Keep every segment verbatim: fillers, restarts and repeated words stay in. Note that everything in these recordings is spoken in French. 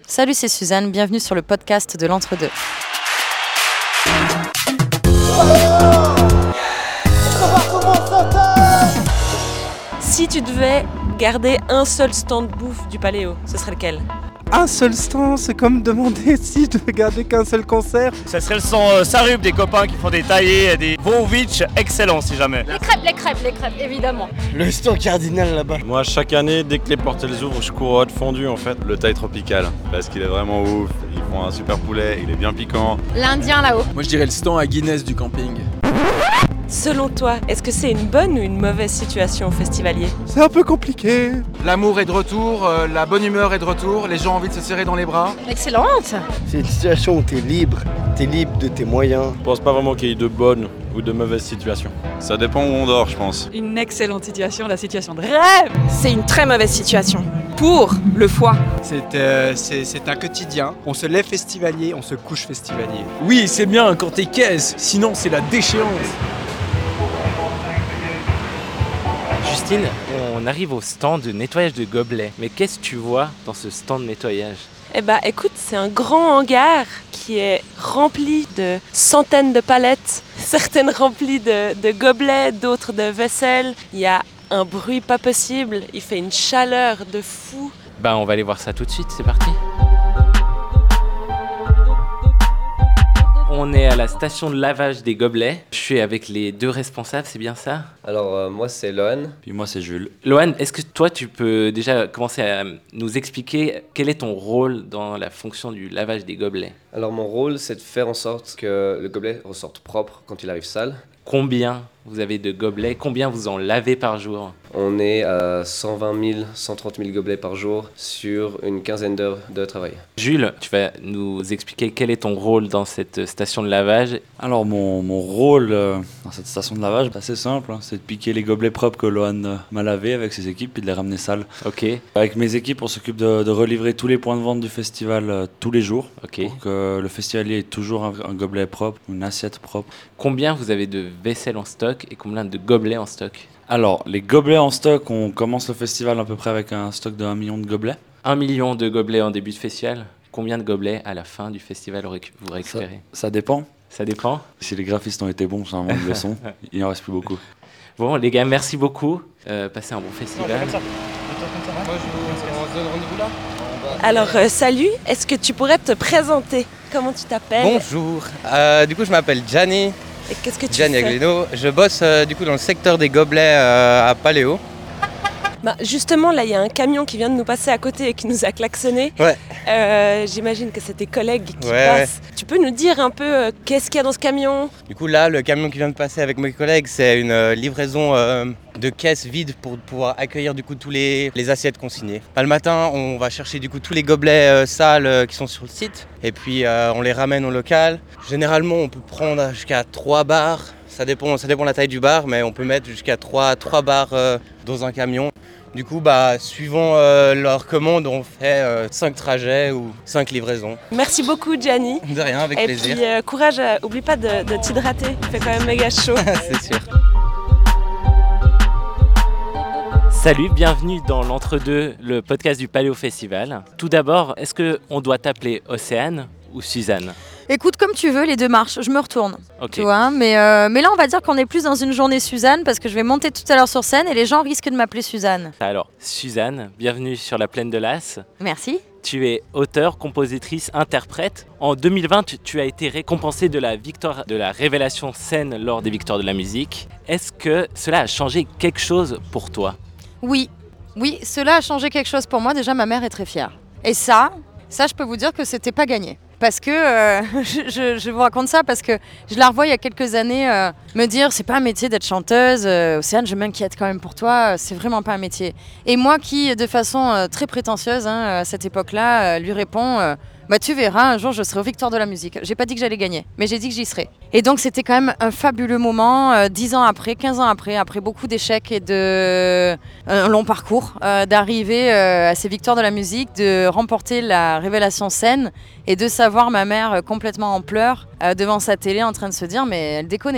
Salut, c'est Suzanne, bienvenue sur le podcast de l'Entre-deux. Si tu devais garder un seul stand bouffe du Paléo, ce serait lequel ? Un seul stand, c'est comme demander si je devais garder qu'un seul concert. Ça serait le stand euh, Sarub, des copains qui font des taillés, des Vovitch excellents si jamais. Les crêpes, les crêpes, les crêpes, évidemment. Le stand cardinal là-bas. Moi, chaque année, dès que les portes elles ouvrent, je cours au hot fondu en fait. Le thaï tropical, parce qu'il est vraiment ouf. Ils font un super poulet, il est bien piquant. L'Indien là-haut. Moi, je dirais le stand à Guinness du camping. Selon toi, est-ce que c'est une bonne ou une mauvaise situation au festivalier ? C'est un peu compliqué. L'amour est de retour, euh, la bonne humeur est de retour, les gens ont envie de se serrer dans les bras. Excellente. C'est une situation où t'es libre, t'es libre de tes moyens. Je pense pas vraiment qu'il y ait de bonnes ou de mauvaises situations. Ça dépend où on dort, je pense. Une excellente situation, la situation de rêve. C'est une très mauvaise situation. Pour le foie. C'est, euh, c'est, c'est un quotidien. On se lève festivalier, on se couche festivalier. Oui, c'est bien quand t'es caisse, sinon c'est la déchéance. Justine, on arrive au stand de nettoyage de gobelets. Mais qu'est-ce que tu vois dans ce stand de nettoyage ? Eh bah écoute, c'est un grand hangar qui est rempli de centaines de palettes, certaines remplies de, de gobelets, d'autres de vaisselle. Il y a un bruit pas possible, il fait une chaleur de fou. Bah on va aller voir ça tout de suite, c'est parti. On est à la station de lavage des gobelets. Je suis avec les deux responsables, c'est bien ça ? Alors euh, moi c'est Lohan. Puis moi c'est Jules. Lohan, est-ce que toi tu peux déjà commencer à nous expliquer quel est ton rôle dans la fonction du lavage des gobelets ? Alors mon rôle c'est de faire en sorte que le gobelet ressorte propre quand il arrive sale. Combien vous avez de gobelets ? Combien vous en lavez par jour ? On est à cent vingt mille, cent trente mille gobelets par jour sur une quinzaine d'heures de travail. Jules, tu vas nous expliquer quel est ton rôle dans cette station de lavage. Alors mon, mon rôle euh, dans cette station de lavage est assez simple, hein, c'est de piquer les gobelets propres que Lohan euh, m'a lavés avec ses équipes et de les ramener sales. Ok. Avec mes équipes, on s'occupe de, de relivrer tous les points de vente du festival euh, tous les jours. Ok. Pour que le festivalier ait toujours un, un gobelet propre, une assiette propre. Combien vous avez de vaisselle en stock et combien de gobelets en stock ? Alors, les gobelets en stock, on commence le festival à peu près avec un stock de un million de gobelets. un million de gobelets en début de festival. Combien de gobelets à la fin du festival vous récupérez ? Ça, ça dépend. Ça dépend ? Si les graphistes ont été bons, ça invente le son. Il en reste plus beaucoup. Bon, les gars, merci beaucoup. Euh, passez un bon festival. Alors euh, salut, est-ce que tu pourrais te présenter ? Comment tu t'appelles ? Bonjour, euh, du coup je m'appelle Gianni. Et qu'est-ce que tu Gianni fais ? Aglino. Je bosse euh, du coup dans le secteur des gobelets euh, à Paléo. Bah, justement, là, il y a un camion qui vient de nous passer à côté et qui nous a klaxonné. Ouais. Euh, j'imagine que c'est tes collègues qui ouais, passent. Ouais. Tu peux nous dire un peu euh, qu'est-ce qu'il y a dans ce camion ? Du coup là, le camion qui vient de passer avec mes collègues, c'est une euh, livraison euh, de caisses vides pour pouvoir accueillir du coup tous les, les assiettes consignées. Bah, le matin, on va chercher du coup tous les gobelets euh, sales euh, qui sont sur le site et puis euh, on les ramène au local. Généralement, on peut prendre jusqu'à trois bars. Ça dépend, ça dépend de la taille du bar, mais on peut mettre jusqu'à trois bars euh, dans un camion. Du coup, bah, suivant euh, leur commande, on fait euh, cinq trajets ou cinq livraisons. Merci beaucoup, Gianni. De rien, avec Et plaisir. Et puis, euh, courage, euh, oublie pas de, de t'hydrater, il fait quand même méga chaud. C'est sûr. Salut, bienvenue dans l'Entre-deux, le podcast du Paléo Festival. Tout d'abord, est-ce qu'on doit t'appeler Océane ou Suzanne ? Écoute, comme tu veux, les deux marches, je me retourne. Ok. Tu vois, mais, euh, mais là, on va dire qu'on est plus dans une journée Suzanne parce que je vais monter tout à l'heure sur scène et les gens risquent de m'appeler Suzanne. Alors, Suzanne, bienvenue sur la Plaine de Las. Merci. Tu es auteure, compositrice, interprète. En deux mille vingt, tu as été récompensée de la victoire de la Révélation Scène lors des Victoires de la musique. Est-ce que cela a changé quelque chose pour toi ? Oui, oui, cela a changé quelque chose pour moi. Déjà, ma mère est très fière. Et ça, ça, je peux vous dire que c'était pas gagné. Parce que, euh, je, je, je vous raconte ça parce que je la revois il y a quelques années euh, me dire c'est pas un métier d'être chanteuse, euh, Océane, je m'inquiète quand même pour toi, euh, c'est vraiment pas un métier. Et moi qui, de façon euh, très prétentieuse hein, à cette époque-là, euh, lui réponds euh, bah tu verras, un jour je serai aux Victoires de la musique. J'ai pas dit que j'allais gagner, mais j'ai dit que j'y serais. Et donc c'était quand même un fabuleux moment, euh, dix ans après, quinze ans après, après beaucoup d'échecs et de un long parcours, euh, d'arriver euh, à ces Victoires de la musique, de remporter la Révélation Scène et de savoir ma mère complètement en pleurs euh, devant sa télé en train de se dire mais elle déconne pas.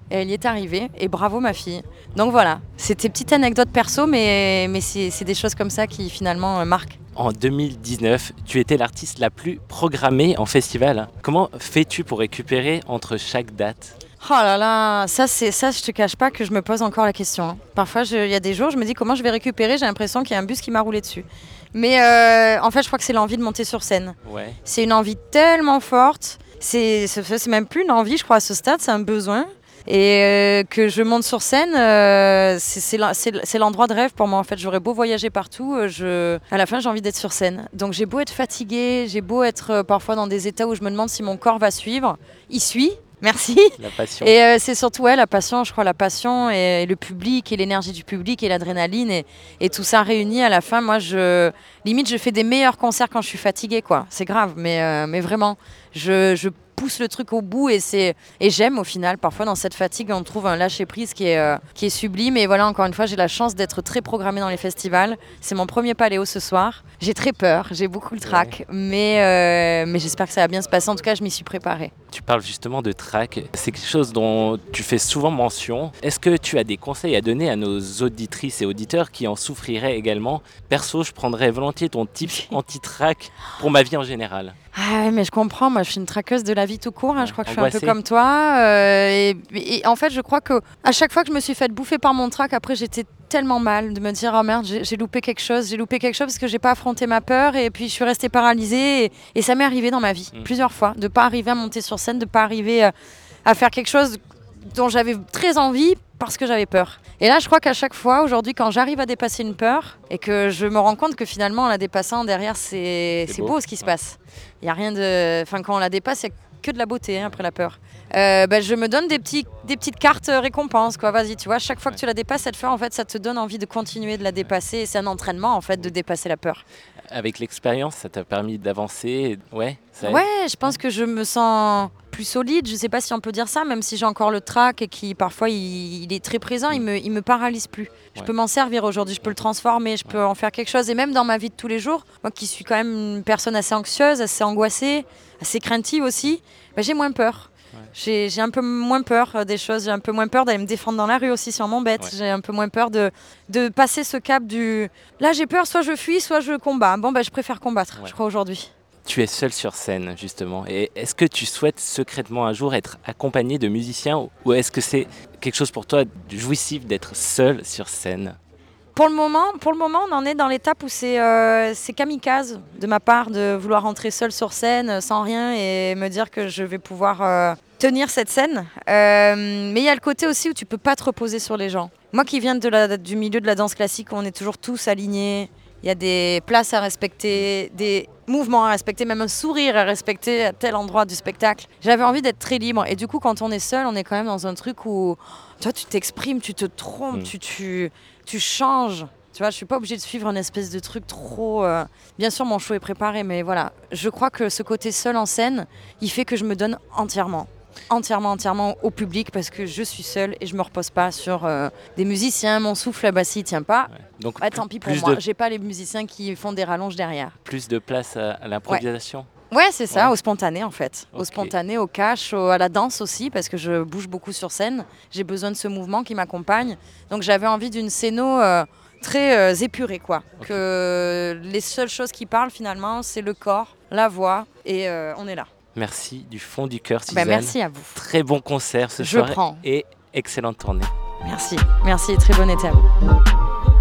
et elle y est arrivée. Et bravo ma fille. Donc voilà, c'était petite anecdote perso, mais, mais c'est, c'est des choses comme ça qui finalement euh, marquent. En deux mille dix-neuf, tu étais l'artiste la plus programmée en festival. Comment fais-tu pour récupérer entre chaque date ? Oh là là, ça, c'est, ça je te cache pas que je me pose encore la question. hein. Parfois, il y a des jours, je me dis comment je vais récupérer, j'ai l'impression qu'il y a un bus qui m'a roulé dessus. Mais euh, en fait, je crois que c'est l'envie de monter sur scène. Ouais. C'est une envie tellement forte, c'est, c'est, c'est même plus une envie, je crois, à ce stade, c'est un besoin. Et euh, que je monte sur scène, euh, c'est, c'est, c'est, c'est l'endroit de rêve pour moi. En fait, j'aurais beau voyager partout, euh, je... à la fin, j'ai envie d'être sur scène. Donc j'ai beau être fatiguée, j'ai beau être euh, parfois dans des états où je me demande si mon corps va suivre. Il suit. Merci. La passion. Et euh, c'est surtout ouais, la passion, je crois, la passion et, et le public et l'énergie du public et l'adrénaline et, et tout ça réuni à la fin. Moi, je limite, je fais des meilleurs concerts quand je suis fatiguée, quoi. C'est grave, mais, euh, mais vraiment, je, je pousse le truc au bout et, c'est, et j'aime au final. Parfois, dans cette fatigue, on trouve un lâcher-prise qui est, euh, qui est sublime. Et voilà, encore une fois, j'ai la chance d'être très programmée dans les festivals. C'est mon premier paléo ce soir. J'ai très peur, j'ai beaucoup le trac, ouais. mais, euh, mais j'espère que ça va bien se passer. En tout cas, je m'y suis préparée. Tu parles justement de trac, c'est quelque chose dont tu fais souvent mention. Est-ce que tu as des conseils à donner à nos auditrices et auditeurs qui en souffriraient également ? Perso, je prendrais volontiers ton type anti-trac pour ma vie en général. Ah ouais, mais je comprends, moi je suis une traqueuse de la vie tout court, hein. Je crois que Angoissée. Je suis un peu comme toi. Euh, et, et en fait, je crois qu'à chaque fois que je me suis fait bouffer par mon trac, après j'étais tellement mal de me dire oh merde j'ai, j'ai loupé quelque chose, j'ai loupé quelque chose parce que j'ai pas affronté ma peur et puis je suis restée paralysée et, et ça m'est arrivé dans ma vie mmh. plusieurs fois de pas arriver à monter sur scène, de pas arriver à, à faire quelque chose dont j'avais très envie parce que j'avais peur. Et là je crois qu'à chaque fois aujourd'hui quand j'arrive à dépasser une peur et que je me rends compte que finalement en la dépassant derrière c'est, c'est, c'est beau. beau ce qui se ouais. passe. Il y a rien de, enfin quand on la dépasse il y a que de la beauté hein, après la peur. Euh, bah, je me donne des, petits, des petites cartes récompenses, quoi. Vas-y, tu vois, chaque fois que tu la dépasses, cette peur, en fait, ça te donne envie de continuer de la dépasser. Et c'est un entraînement, en fait, de dépasser la peur. Avec l'expérience, ça t'a permis d'avancer, ouais. Ça ouais, je pense que je me sens plus solide. Je sais pas si on peut dire ça, même si j'ai encore le trac et qui parfois il, il est très présent, il me, il me paralyse plus. Je ouais. peux m'en servir aujourd'hui, je peux le transformer, je peux en faire quelque chose. Et même dans ma vie de tous les jours, moi qui suis quand même une personne assez anxieuse, assez angoissée, assez craintive aussi, bah, j'ai moins peur. Ouais. J'ai, j'ai un peu moins peur des choses, j'ai un peu moins peur d'aller me défendre dans la rue aussi si on m'embête. Ouais. J'ai un peu moins peur de, de passer ce cap du... Là j'ai peur, soit je fuis, soit je combats. Bon bah je préfère combattre, ouais. je crois aujourd'hui. Tu es seule sur scène justement, et est-ce que tu souhaites secrètement un jour être accompagnée de musiciens ou est-ce que c'est quelque chose pour toi de jouissif d'être seule sur scène ? Pour le moment, pour le moment, on en est dans l'étape où c'est, euh, c'est kamikaze de ma part de vouloir rentrer seule sur scène sans rien et me dire que je vais pouvoir euh, tenir cette scène. Euh, mais il y a le côté aussi où tu peux pas te reposer sur les gens. Moi qui viens de la, du milieu de la danse classique où on est toujours tous alignés, il y a des places à respecter, des mouvements à respecter, même un sourire à respecter à tel endroit du spectacle. J'avais envie d'être très libre et du coup quand on est seul, on est quand même dans un truc où toi tu t'exprimes, tu te trompes, mmh. tu... tu tu changes, tu vois, je suis pas obligée de suivre un espèce de truc trop... Euh... Bien sûr, mon show est préparé, mais voilà, je crois que ce côté seul en scène, il fait que je me donne entièrement, entièrement, entièrement au public parce que je suis seule et je me repose pas sur euh, des musiciens, mon souffle, bah s'il tient pas, ouais. Donc, bah, tant pis pour moi, de... j'ai pas les musiciens qui font des rallonges derrière. Plus de place à, à l'improvisation ? Ouais. Ouais, c'est ça, ouais. Au spontané en fait. Okay. Au spontané, au cash, au, à la danse aussi, parce que je bouge beaucoup sur scène. J'ai besoin de ce mouvement qui m'accompagne. Donc j'avais envie d'une scéno euh, très euh, épurée, quoi. Okay. Que les seules choses qui parlent finalement, c'est le corps, la voix, et euh, on est là. Merci du fond du cœur, Suzanne. Bah, merci à vous. Très bon concert ce je soir prends. Et excellente tournée. Merci, merci, très bon été à vous.